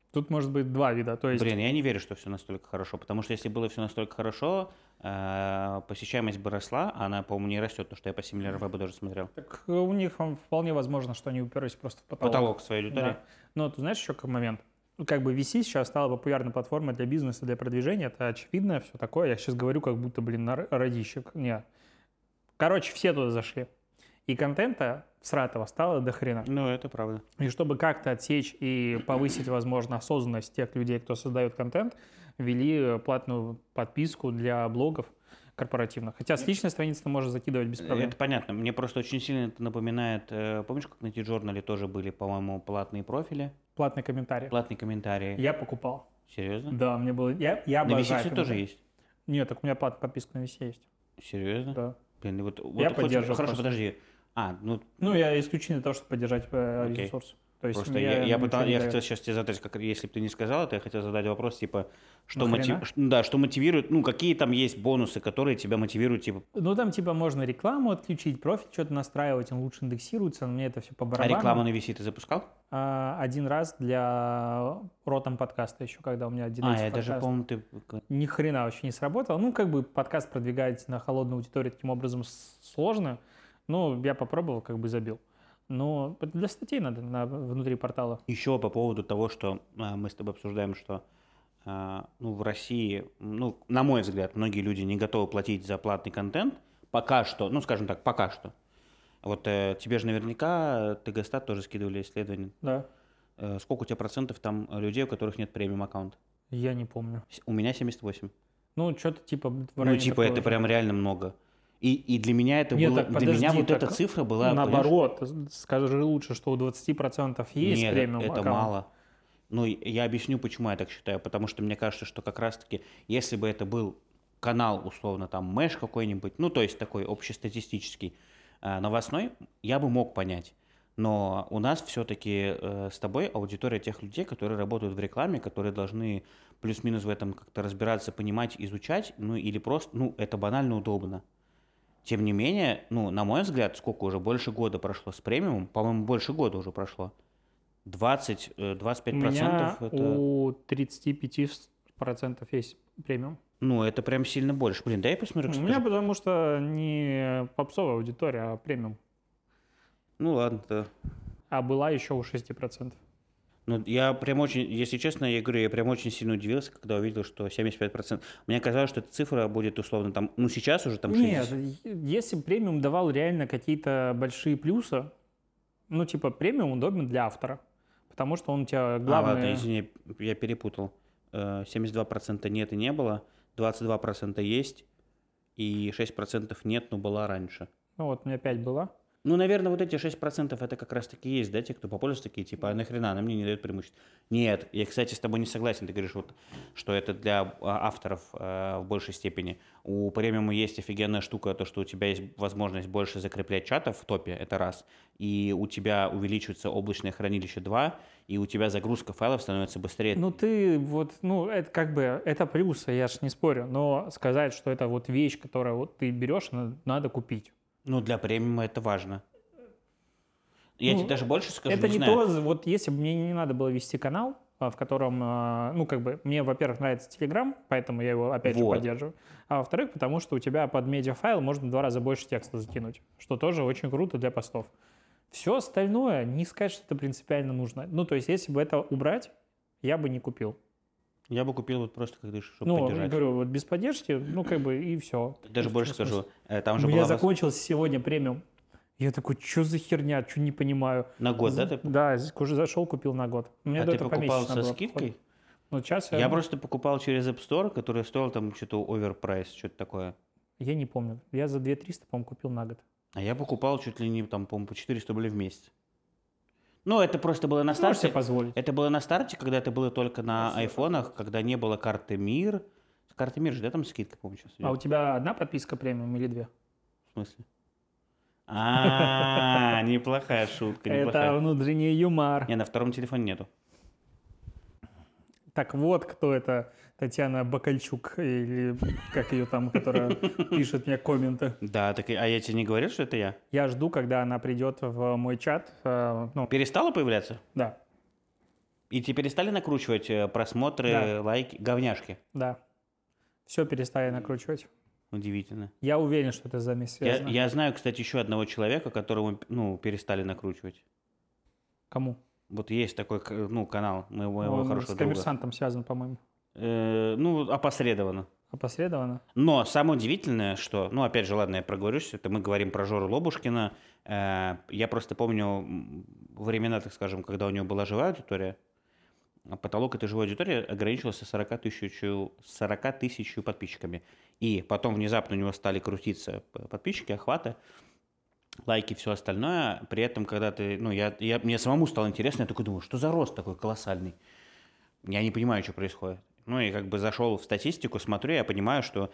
Тут может быть два вида. То есть... Блин, я не верю, что все настолько хорошо, потому что если было все настолько хорошо, посещаемость бы росла, а она, по-моему, не растет, потому что я по SimilarWeb тоже смотрел. Так у них вполне возможно, что они уперлись просто в потолок. Потолок своей аудитории. Да. Но ты знаешь еще какой момент? Как бы VC сейчас стала популярной платформой для бизнеса, для продвижения. Это очевидно, все такое. Я сейчас говорю, как будто, родищик. Нет. Короче, все туда зашли. И контента всратого стало до хрена. Ну, это правда. И чтобы как-то отсечь и повысить, возможно, осознанность тех людей, кто создает контент, ввели платную подписку для блогов корпоративных. Хотя с личной страницы ты можешь закидывать без проблем. Это понятно. Мне просто очень сильно это напоминает... Помнишь, как на T-Journal тоже были, по-моему, платные профили? Платные комментарии. Платные комментарии. Я покупал. Серьезно? Да, мне было... Я На обожаю VC тоже есть? Нет, так у меня платная подписка на VC есть. Серьезно? Да. Блин, вот Я поддерживаю. Хорошо, просто. подожди. Ну, я исключительно того, чтобы поддержать Окей. ресурс. То есть Просто я я хотел сейчас тебе задать, если бы ты не сказал это, я хотел задать вопрос, типа, что, Нахрена? что мотивирует, ну, какие там есть бонусы, которые тебя мотивируют, типа... Ну, там, типа, можно рекламу отключить, профиль что-то настраивать, он лучше индексируется, но мне это все по А барабану. рекламу на VC ты запускал? Один раз для ротом подкаста еще, когда у меня один Я даже, по-моему, ты... Ни хрена вообще не сработало. Ну, как бы подкаст продвигать на холодную аудиторию таким образом сложно. Ну, я попробовал, как бы забил. Но это для статей надо внутри портала. Еще по поводу того, что мы с тобой обсуждаем, что в России, на мой взгляд, многие люди не готовы платить за платный контент. Пока что, скажем так, пока что. Вот тебе же наверняка Тегостат тоже скидывали исследования. Да. Сколько у тебя процентов там людей, у которых нет премиум аккаунта? Я не помню. У меня 78. Ну, что-то типа... это прям реально много. И для меня это Нет, было... так, для подожди, меня вот так эта цифра была... наоборот, скажи лучше, что у 20% есть Нет, премиум это аккаунт. мало. Ну, я объясню, почему я так считаю. Потому что мне кажется, что как раз-таки, если бы это был канал, условно, там, Мэш какой-нибудь, то есть такой общестатистический, новостной, я бы мог понять. Но у нас все-таки с тобой аудитория тех людей, которые работают в рекламе, которые должны плюс-минус в этом как-то разбираться, понимать, изучать, или просто, это банально удобно. Тем не менее, на мой взгляд, сколько уже, больше года прошло с премиумом, по-моему, больше года уже прошло, 20-25% У меня это... у 35% есть премиум. Это прям сильно больше. Блин, дай я посмотрю. У меня потому что не попсовая аудитория, а премиум. Ну ладно, да. А была еще у 6%. Я прям очень, если честно, я говорю, я прям очень сильно удивился, когда увидел, что 75%. Мне казалось, что эта цифра будет условно там, сейчас уже там 60. Нет, если премиум давал реально какие-то большие плюсы, премиум удобен для автора, потому что он у тебя главный... Ладно, извини, я перепутал. 72% нет и не было, 22% есть, и 6% нет, но была раньше. Вот, у меня 5 было. Наверное, вот эти 6% это как раз-таки есть, да, те, кто попользуется, такие, типа, а нахрена, она мне не дает преимущество. Нет, я, кстати, с тобой не согласен, ты говоришь, что это для авторов в большей степени. У премиума есть офигенная штука, то, что у тебя есть возможность больше закреплять чатов в топе, это раз, и у тебя увеличивается облачное хранилище 2, и у тебя загрузка файлов становится быстрее. Это как бы, это плюсы, я ж не спорю, но сказать, что это вот вещь, которую ты берешь, надо купить. Для премиума это важно. Я тебе даже больше скажу, это не знаю. то, вот если бы мне не надо было вести канал, в котором, мне, во-первых, нравится Telegram, поэтому я его, опять же, поддерживаю, а во-вторых, потому что у тебя под медиафайл можно в 2 раза больше текста закинуть, что тоже очень круто для постов. Все остальное, не сказать, что это принципиально нужно. То есть, если бы это убрать, я бы не купил. Я бы купил просто, как ты, чтобы поддержать. Я говорю, вот без поддержки, и все. Даже больше скажу. Там же у меня закончился сегодня премиум. Я такой, что за херня, что не понимаю. На год, да? Да, уже зашел, купил на год. У меня ты покупал со скидкой? Сейчас я просто покупал через App Store, который стоил там что-то оверпрайс, что-то такое. Я не помню. Я за 2300, по-моему, купил на год. А я покупал чуть ли не, там, по-моему, по 400 рублей в месяц. Это просто было на старте. Можете себе позволить. Это было на старте, когда это было только на айфонах, когда не было карты МИР. Карты МИР же, да, там скидка, по-моему, сейчас идет? А у тебя одна подписка премиум или 2? В смысле? Неплохая шутка, неплохая. Это внутренний юмор. Не, на втором телефоне нету. Так вот, кто это Татьяна Бакальчук, или как ее там, которая пишет мне комменты. Да, так, а я тебе не говорил, что это я? Я жду, когда она придет в мой чат. Перестала появляться? Да. И тебе перестали накручивать просмотры, Да. лайки, говняшки? Да. Все перестали накручивать. Удивительно. Я уверен, что это с зами связано. Я знаю, кстати, еще одного человека, которого, перестали накручивать. Кому? Вот есть такой, канал моего Он с хорошего друга. коммерсантом связан, по-моему. Опосредованно. Опосредованно? Но самое удивительное, что, опять же, ладно, я проговорюсь, это мы говорим про Жору Лобушкина. Я просто помню времена, так скажем, когда у него была живая аудитория. Потолок этой живой аудитории ограничивался 40 тысяч подписчиками. И потом внезапно у него стали крутиться подписчики, охваты, лайки, все остальное. При этом, когда ты, мне самому стало интересно, я такой думаю, что за рост такой колоссальный? Я не понимаю, что происходит. И как бы зашел в статистику, смотрю, я понимаю, что,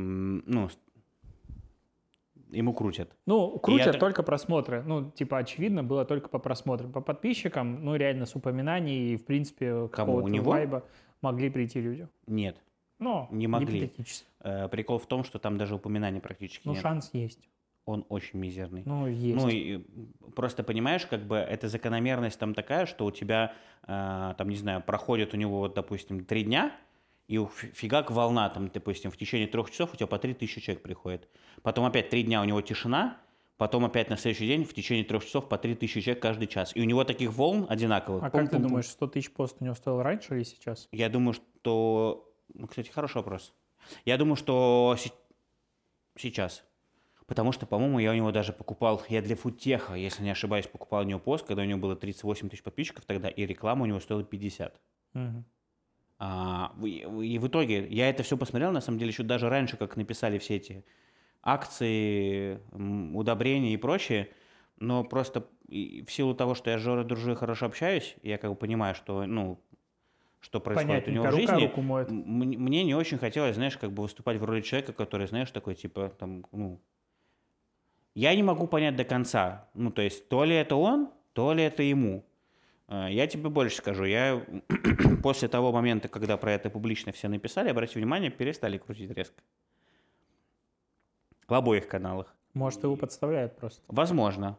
ему крутят. Крутят только просмотры. Очевидно, было только по просмотрам. По подписчикам, реально с упоминаний и, в принципе, какого-то У него? Вайба могли прийти люди. Нет, Но не могли. гипотетически. Прикол в том, что там даже упоминаний практически нет. Шанс есть. Он очень мизерный. Есть. И просто понимаешь, как бы эта закономерность там такая, что у тебя, проходит у него, вот, допустим, 3 дня, и фигак волна, там, допустим, в течение 3 часов у тебя по 3000 человек приходит. Потом опять 3 дня у него тишина, потом опять на следующий день в течение 3 часов по 3000 человек каждый час. И у него таких волн одинаковых. А как ты думаешь, 100 тысяч пост у него стоил раньше или сейчас? Я думаю, что... кстати, хороший вопрос. Я думаю, что сейчас. Потому что, по-моему, я у него даже покупал, я для Фудтеха, если не ошибаюсь, покупал у него пост, когда у него было 38 тысяч подписчиков тогда, и реклама у него стоила 50. Угу. И в итоге я это все посмотрел, на самом деле, еще даже раньше, как написали все эти акции, удобрения и прочее, но просто в силу того, что я с Жорой дружу, хорошо общаюсь, я как бы понимаю, что, что происходит у него в жизни, руку моет. мне не очень хотелось, знаешь, как бы выступать в роли человека, который, знаешь, такой, типа, там, я не могу понять до конца, то есть, то ли это он, то ли это ему. Я тебе больше скажу, я после того момента, когда про это публично все написали, обрати внимание, перестали крутить резко. В обоих каналах. Может, его подставляют просто. Возможно.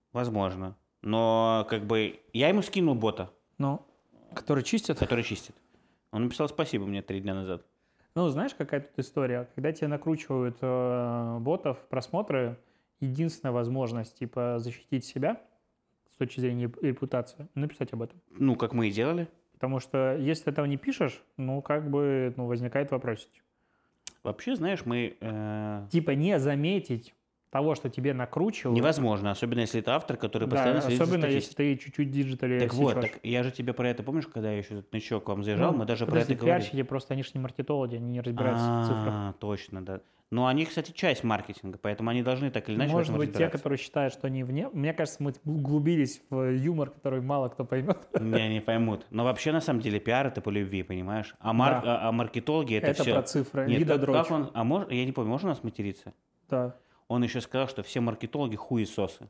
Но как бы я ему скинул бота. Который чистит? Который чистит. Он написал спасибо мне 3 дня назад. Знаешь, какая тут история? Когда тебе накручивают ботов, просмотры, единственная возможность, защитить себя с точки зрения репутации, написать об этом. Как мы и делали. Потому что если ты этого не пишешь, возникает вопросик. Вообще, знаешь, мы... не заметить того, что тебе накручивают. Невозможно, особенно если это автор, который постоянно следит за особенно статистикой. если ты чуть-чуть диджитали Так вот, я же тебе про это, помнишь, когда я еще новичок к вам заезжал, мы даже про это говорили. Пиарщики просто, они же не маркетологи, они не разбираются в цифрах. Точно, да. Но они, кстати, часть маркетинга, поэтому они должны так или иначе Может быть, разбираться. те, которые считают, что они вне. Мне кажется, мы углубились в юмор, который мало кто поймет. Не поймут. Но вообще, на самом деле, пиар — это по любви, понимаешь? А маркетологи — это все... Это про цифры. Нет, Лидодрочь. как он... я не помню, можно нас материться? Да. Он еще сказал, что все маркетологи хуесосы.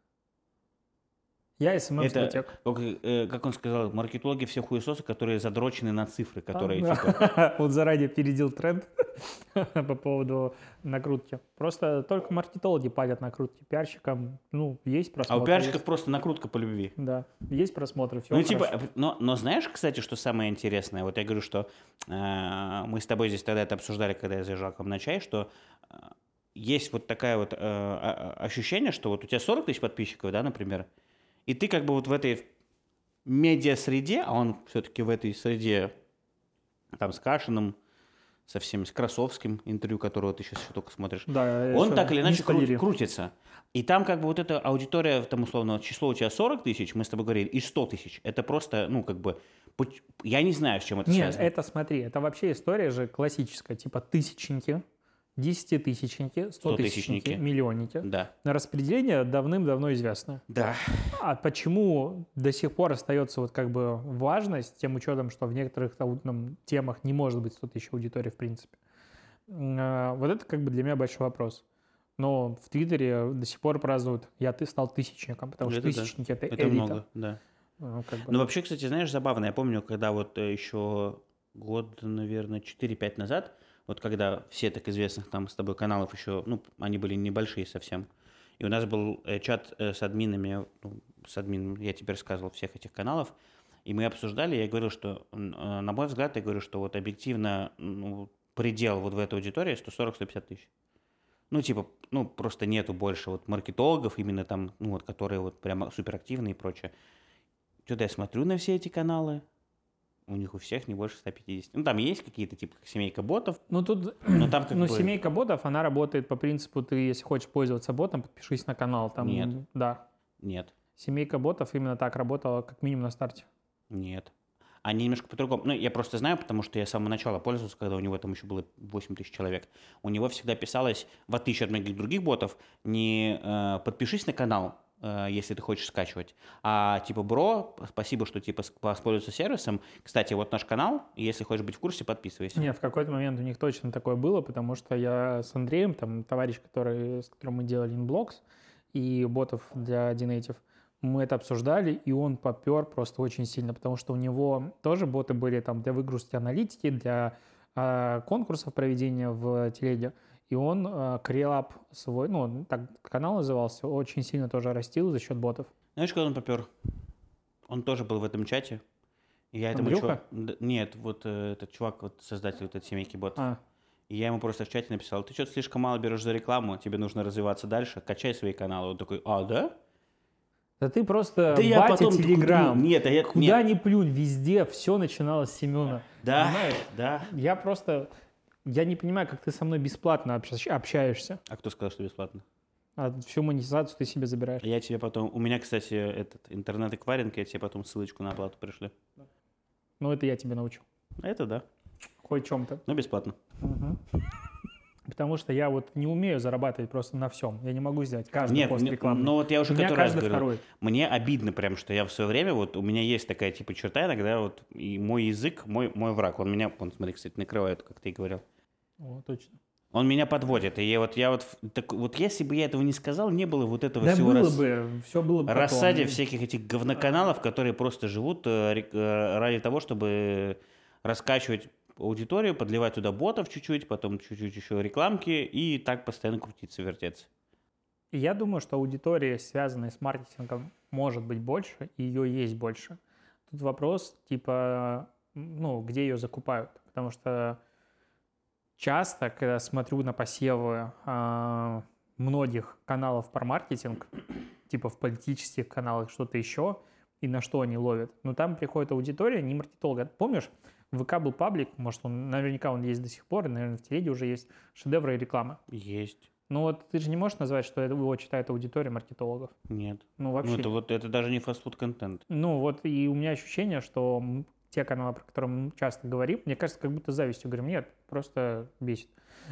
Я СММ-стратег. Как он сказал, маркетологи все хуесосы, которые задрочены на цифры, которые... Вот заранее опередил тренд по поводу накрутки. Просто только маркетологи палят накрутки. Пиарщикам, есть просмотры. А у пиарщиков просто накрутка по любви. Да, есть просмотры, все но знаешь, кстати, что самое интересное? Вот я говорю, что мы с тобой здесь тогда это обсуждали, когда я заезжал к вам на чай, что есть вот такое вот ощущение, что вот у тебя 40 тысяч подписчиков, да, например, и ты как бы вот в этой медиа-среде, а он все-таки в этой среде там с Кашиным, со всеми, с Красовским, интервью которого ты сейчас еще только смотришь, да, он так или иначе крутится. И там как бы вот эта аудитория, там условно, число у тебя 40 тысяч, мы с тобой говорили, и 100 тысяч. Это просто, я не знаю, с чем это связано. Нет, это смотри, это вообще история же классическая, типа тысячники, 10-тысячники, 100-тысячники, миллионники. Да. Распределение давным-давно известно. Да. А почему до сих пор остается вот как бы важность, тем учетом, что в некоторых темах не может быть 100 тысяч аудитории в принципе? Вот это как бы для меня большой вопрос. Но в Твиттере до сих пор празднуют «ты стал тысячником», потому что тысячники — это элита. Много, да. Ну, вообще, кстати, знаешь, забавно. Я помню, когда вот еще год, наверное, 4-5 назад, вот когда все так известных там с тобой каналов еще, они были небольшие совсем, и у нас был чат с админами, с админом, я тебе рассказывал всех этих каналов, И мы обсуждали, я говорил, что, на мой взгляд, я говорю, что вот объективно предел вот в этой аудитории 140-150 тысяч. Ну, типа, просто нету больше вот маркетологов именно там, вот, которые вот прямо суперактивные и прочее. Что-то я смотрю на все эти каналы, у них у всех не больше 150. Ну, там есть какие-то, типа, семейка ботов, Ну, тут, но там как бы... семейка ботов, она работает по принципу, ты, если хочешь пользоваться ботом, подпишись на канал. Там, Нет. Да. Нет. Семейка ботов именно так работала, как минимум на старте. Нет. Они немножко по-другому. Ну, я просто знаю, потому что я с самого начала пользовался, когда у него там еще было 8 тысяч человек. У него всегда писалось, в отличие от многих других ботов, не подпишись на канал, если ты хочешь скачивать, а типа, бро, спасибо, что типа воспользовался сервисом. Кстати, вот наш канал, если хочешь быть в курсе, подписывайся. Нет, в какой-то момент у них точно такое было, потому что я с Андреем, там, товарищ, с которым мы делали инблокс и ботов для Dnative, мы это обсуждали, и он попер просто очень сильно, потому что у него тоже боты были там для выгрузки аналитики, для конкурсов проведения в телеге, и он Крелап свой, так канал назывался, очень сильно тоже растил за счет ботов. Знаешь, когда он попер? Он тоже был в этом чате. И я этому Андрюха? Нет, вот этот чувак, вот создатель вот этой семейки ботов. И я ему просто в чате написал, ты что-то слишком мало берешь за рекламу, тебе нужно развиваться дальше, качай свои каналы. Он такой, да? Да ты просто Да я батя потом Телеграм. Нет, Куда ни плюнь, везде все начиналось с Семена. Да, Понимаешь? да. Я не понимаю, как ты со мной бесплатно общаешься. А кто сказал, что бесплатно? А всю монетизацию ты себе забираешь. Я тебе потом... У меня, кстати, этот интернет-эквайринг, я тебе потом ссылочку на оплату пришлю. Ну, это я тебе научу. Это да. Хоть чем-то. Но бесплатно. Угу. Потому что я вот не умею зарабатывать просто на всем. Я не могу сделать каждый пост рекламный. Ну вот я уже у меня который раз каждый говорю. второй. Мне обидно прям, что я в свое время, вот у меня есть такая типа черта иногда, вот и мой язык, мой враг. Он меня, смотри, кстати, накрывает, как ты и говорил. О, точно. Он меня подводит. И вот если бы я этого не сказал, не было вот этого Да всего все было бы рассаде всяких этих говноканалов, которые просто живут ради того, чтобы раскачивать аудиторию, подливать туда ботов чуть-чуть, потом чуть-чуть еще рекламки и так постоянно крутиться, вертеться. Я думаю, что аудитория, связанная с маркетингом, может быть больше, и ее есть больше. Тут вопрос, типа, где ее закупают. Потому что часто, когда смотрю на посевы многих каналов про маркетинг, типа в политических каналах, что-то еще, и на что они ловят, там приходит аудитория, не маркетолога. Помнишь, в ВК был паблик, может, наверняка он есть до сих пор, и, наверное, в телеге уже есть шедевры и реклама. Есть. Вот ты же не можешь назвать, что его читает аудитория маркетологов? Нет. Вообще. Это даже не фастфуд-контент. И у меня ощущение, что те каналы, про которые мы часто говорим, мне кажется, как будто с завистью говорим, нет, просто бесит.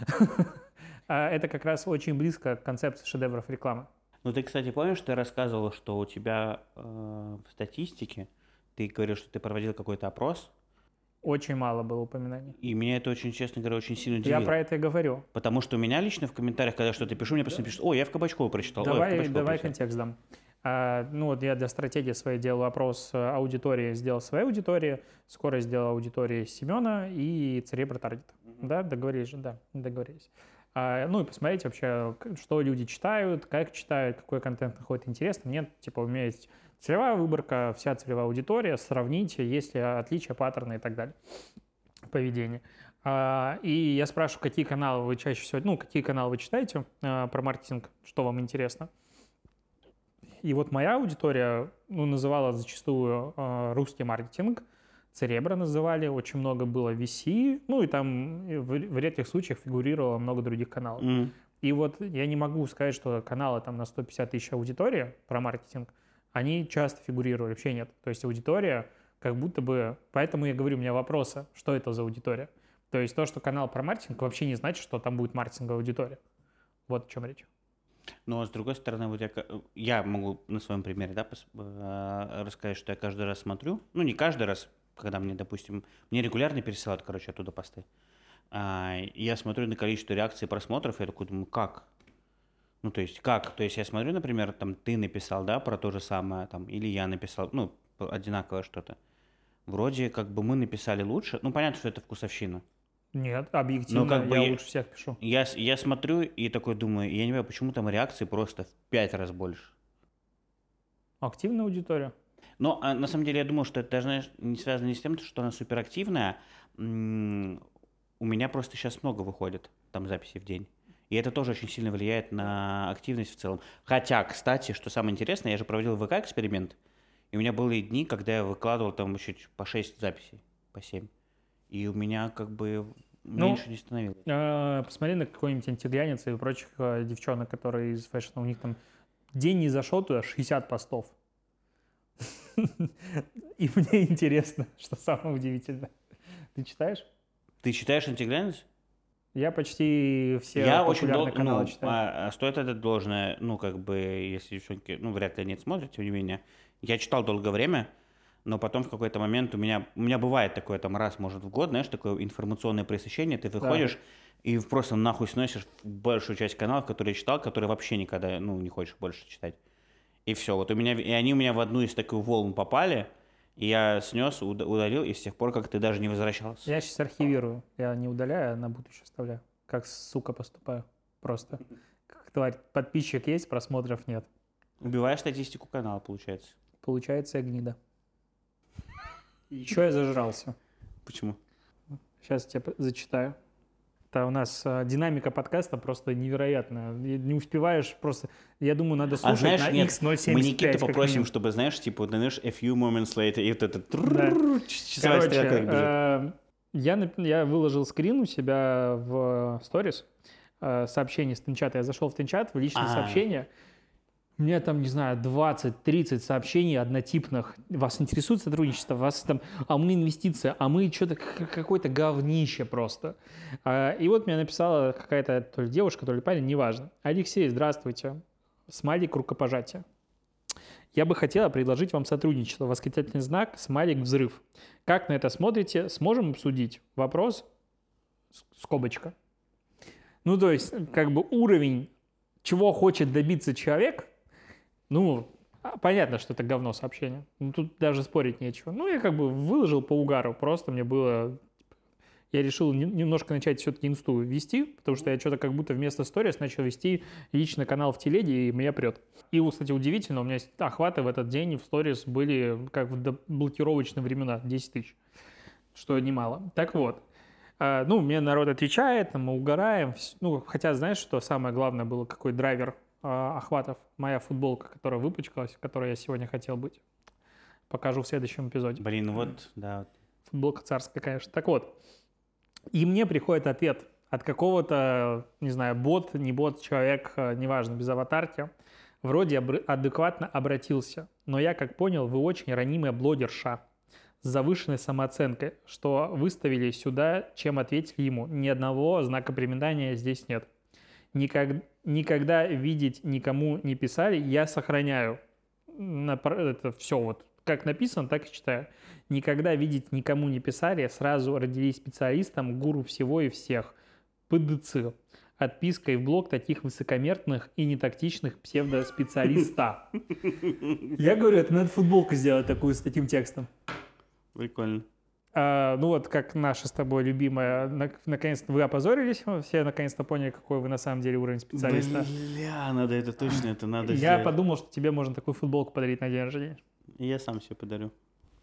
Это как раз очень близко к концепции шедевров рекламы. Ты, кстати, помнишь, ты рассказывал, что у тебя в статистике, ты говорил, что ты проводил какой-то опрос. Очень мало было упоминаний. И меня это очень, честно говоря, очень сильно удивило. Я про это и говорю. Потому что у меня лично в комментариях, когда что-то пишу, мне просто пишут, я в Кабачкову прочитал. Давай контекст дам. Я для стратегии своей делал опрос аудитории, сделал своей аудитории, скоро сделал аудитории Семена и Церебро Таргет. Да, договорились же? Да, договорились. И посмотреть вообще, что люди читают, как читают, какой контент находит интересным. Нет, у меня есть целевая выборка, вся целевая аудитория, сравните, есть ли отличия, паттерны и так далее, поведение. И я спрашиваю, какие каналы вы чаще всего, какие каналы вы читаете про маркетинг, что вам интересно. И вот моя аудитория называла зачастую русский маркетинг, Церебро называли, очень много было VC, и там в редких случаях фигурировало много других каналов. И вот я не могу сказать, что каналы там на 150 тысяч аудитории про маркетинг, они часто фигурировали, вообще нет. То есть аудитория как будто бы... Поэтому я говорю, у меня вопросы, что это за аудитория. То есть то, что канал про маркетинг, вообще не значит, что там будет маркетинговая аудитория. Вот о чем речь. Но, с другой стороны, вот я могу на своем примере рассказать, что я каждый раз смотрю, не каждый раз, когда мне, допустим, мне регулярно пересылают, оттуда посты, и я смотрю на количество реакций и просмотров, и я такой думаю, как? То есть как? То есть я смотрю, например, там ты написал, да, про то же самое, там, или я написал, одинаковое что-то. Вроде как бы мы написали лучше, понятно, что это вкусовщина. Нет, объективно я лучше всех пишу. Я смотрю и такой думаю, я не понимаю, почему там реакции просто в 5 раз больше. Активная аудитория. Но на самом деле я думал, что это даже, знаешь, не связано не с тем, что она суперактивная. У меня просто сейчас много выходит там записей в день. И это тоже очень сильно влияет на активность в целом. Хотя, кстати, что самое интересное, я же проводил ВК-эксперимент, и у меня были дни, когда я выкладывал там еще по 6 записей, по 7. И у меня как бы меньше не становилось. Посмотри на какой-нибудь интегрянец и прочих девчонок, которые из фэшна, у них там день не зашел туда, 60 постов. И мне интересно, что самое удивительное. Ты читаешь? Ты читаешь интегрянец? Я почти все Я очень популярные каналы читаю. стоит это должное, ну, как бы, если девчонки, ну, вряд ли они это смотрят, тем не менее. Я читал долгое время, но потом в какой-то момент у меня бывает такое, там, раз, может, в год, знаешь, такое информационное пресыщение, ты выходишь и просто нахуй сносишь большую часть каналов, которые я читал, которые вообще никогда, ну, не хочешь больше читать. И все, вот и они у меня в одну из таких волн попали, и я снес, удалил, и с тех пор как ты даже не возвращался. Я сейчас архивирую. Я не удаляю, а на будущее оставляю. Как сука поступаю. Просто. Как тварь. Подписчик есть, просмотров нет. Убиваешь статистику канала, получается. Получается, я гнида. Еще я зажрался. Почему? Сейчас я тебе зачитаю. Это у нас динамика подкаста просто невероятная. Не успеваешь просто... Я думаю, надо слушать знаешь, на нет, X075. мы Никиту попросим, чтобы, знаешь, типа, знаешь, a few moments later, и вот это... Часовая стрелка бежит. Я выложил скрин у себя в сторис сообщение с Тенчата. Я зашел в Тенчат, в личные сообщения. У меня там, не знаю, 20-30 сообщений однотипных. Вас интересует сотрудничество? Вас там, а мы инвестиции, а мы что-то, какое-то говнище просто. И вот мне написала какая-то то ли девушка, то ли парень, неважно. Алексей, здравствуйте. Смайлик рукопожатия. Я бы хотела предложить вам сотрудничество. Восклицательный знак, смайлик, взрыв. Как на это смотрите? Сможем обсудить? Вопрос, скобочка. Ну, то есть, как бы уровень, чего хочет добиться человек, ну, понятно, что это говно сообщение. Ну, тут даже спорить нечего. Ну, я как бы выложил по угару. Просто мне было... Я решил немножко начать все-таки инсту вести, потому что я что-то как будто вместо сторис начал вести личный канал в телеге, и меня прет. И, кстати, удивительно, у меня охваты в этот день в сторис были как в блокировочные времена, 10 тысяч, что немало. Так вот, ну, мне народ отвечает, мы угораем. Ну, хотя, знаешь, что самое главное было, какой драйвер охватов? Моя футболка, которая выпачкалась, в которой я сегодня хотел быть. Покажу в следующем эпизоде. Блин, вот, да. Футболка царская, конечно. Так вот, и мне приходит ответ от какого-то, не знаю, бот, не бот, человек, неважно, без аватарки. Вроде адекватно обратился, но я, как понял, вы очень ранимая блогерша с завышенной самооценкой, что выставили сюда, чем ответили ему. Ни одного знака препинания здесь нет. Никогда видеть никому не писали, я сохраняю. Это все вот как написано, так и читаю. Никогда видеть никому не писали, сразу родились специалистом, гуру всего и всех. ПДЦ. Отпиской в блог таких высокомерных и нетактичных псевдоспециалиста. Я говорю, это надо футболку сделать такую с таким текстом. Прикольно. Ну вот, как наша с тобой любимая, наконец-то вы опозорились, все наконец-то поняли, какой вы на самом деле уровень специалиста. Бля, надо это точно, это надо Я сделать. подумал, что тебе можно такую футболку подарить на день рождения. И я сам себе подарю.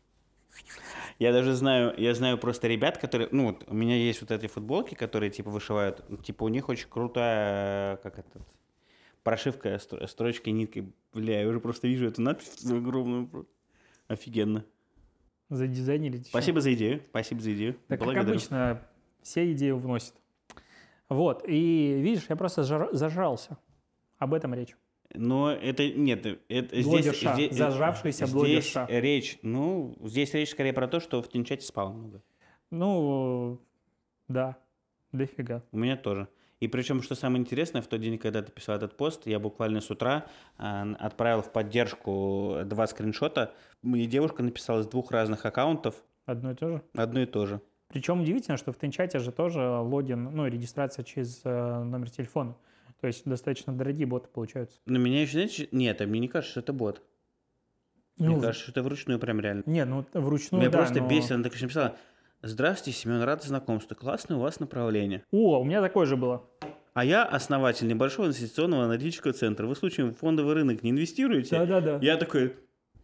Я даже знаю просто ребят, которые, ну вот, у меня есть вот эти футболки, которые типа вышивают, типа у них очень крутая, как это, прошивка строчкой, ниткой. Бля, я уже просто вижу эту надпись огромную. Офигенно. Задизайнили. Спасибо за идею. Спасибо за идею. Так благодарю. как обычно, все идеи вносят. Вот, и видишь, я просто зажрался. Об этом речь. Но это, нет, это Блогерша, здесь... зажравшаяся блогерша. Здесь речь скорее про то, что в Тинчате спало много. Ну, да, дофига. У меня тоже. И причем, что самое интересное, в тот день, когда ты писал этот пост, я буквально с утра отправил в поддержку 2 скриншота. Мне девушка написала с 2 разных аккаунтов. Одно и то же? Одно и то же. Причем удивительно, что в Тинчате же тоже логин, ну, регистрация через номер телефона. То есть достаточно дорогие боты получаются. Но меня еще, знаете, нет, мне не кажется, что это бот. Мне кажется, что это вручную прям реально. Не, ну вручную, меня да, просто но... бесит, она так написала: «Здравствуйте, Семен, рад знакомству. Классное у вас направление». О, у меня такое же было. А я основатель небольшого инвестиционного аналитического центра. Вы случаем в фондовый рынок не инвестируете? Да-да-да. Я такой: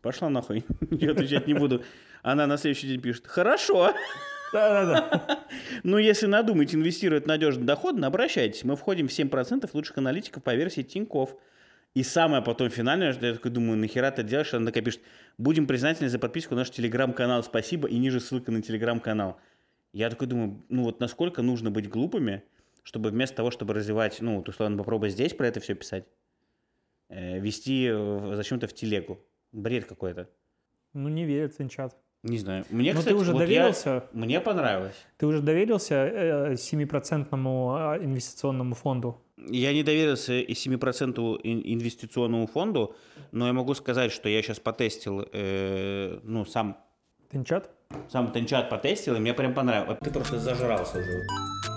Пошла нахуй, я отвечать не буду. Она на следующий день пишет, хорошо. Да-да-да. Ну, если надумаете инвестировать в надежный доход, обращайтесь. Мы входим в 7% лучших аналитиков по версии Тинькофф. И самое потом финальное, что я такой думаю, нахера ты делаешь? Она такая пишет, будем признательны за подписку на наш телеграм-канал, спасибо, и ниже ссылка на телеграм-канал. Я такой думаю, ну вот насколько нужно быть глупыми, чтобы вместо того, чтобы развивать, ну, вот условно попробуй здесь про это все писать, вести зачем-то в телегу. Бред какой-то. Ну, не верит Тинчат. Не знаю. Мне, Но кстати, ты уже вот доверился? мне понравилось. Ты уже доверился 7% инвестиционному фонду? Я не доверился и 7% инвестиционному фонду, но я могу сказать, что я сейчас потестил, ну, сам Тинчат? Тинчат потестил, и мне прям понравилось. Ты просто зажрался уже.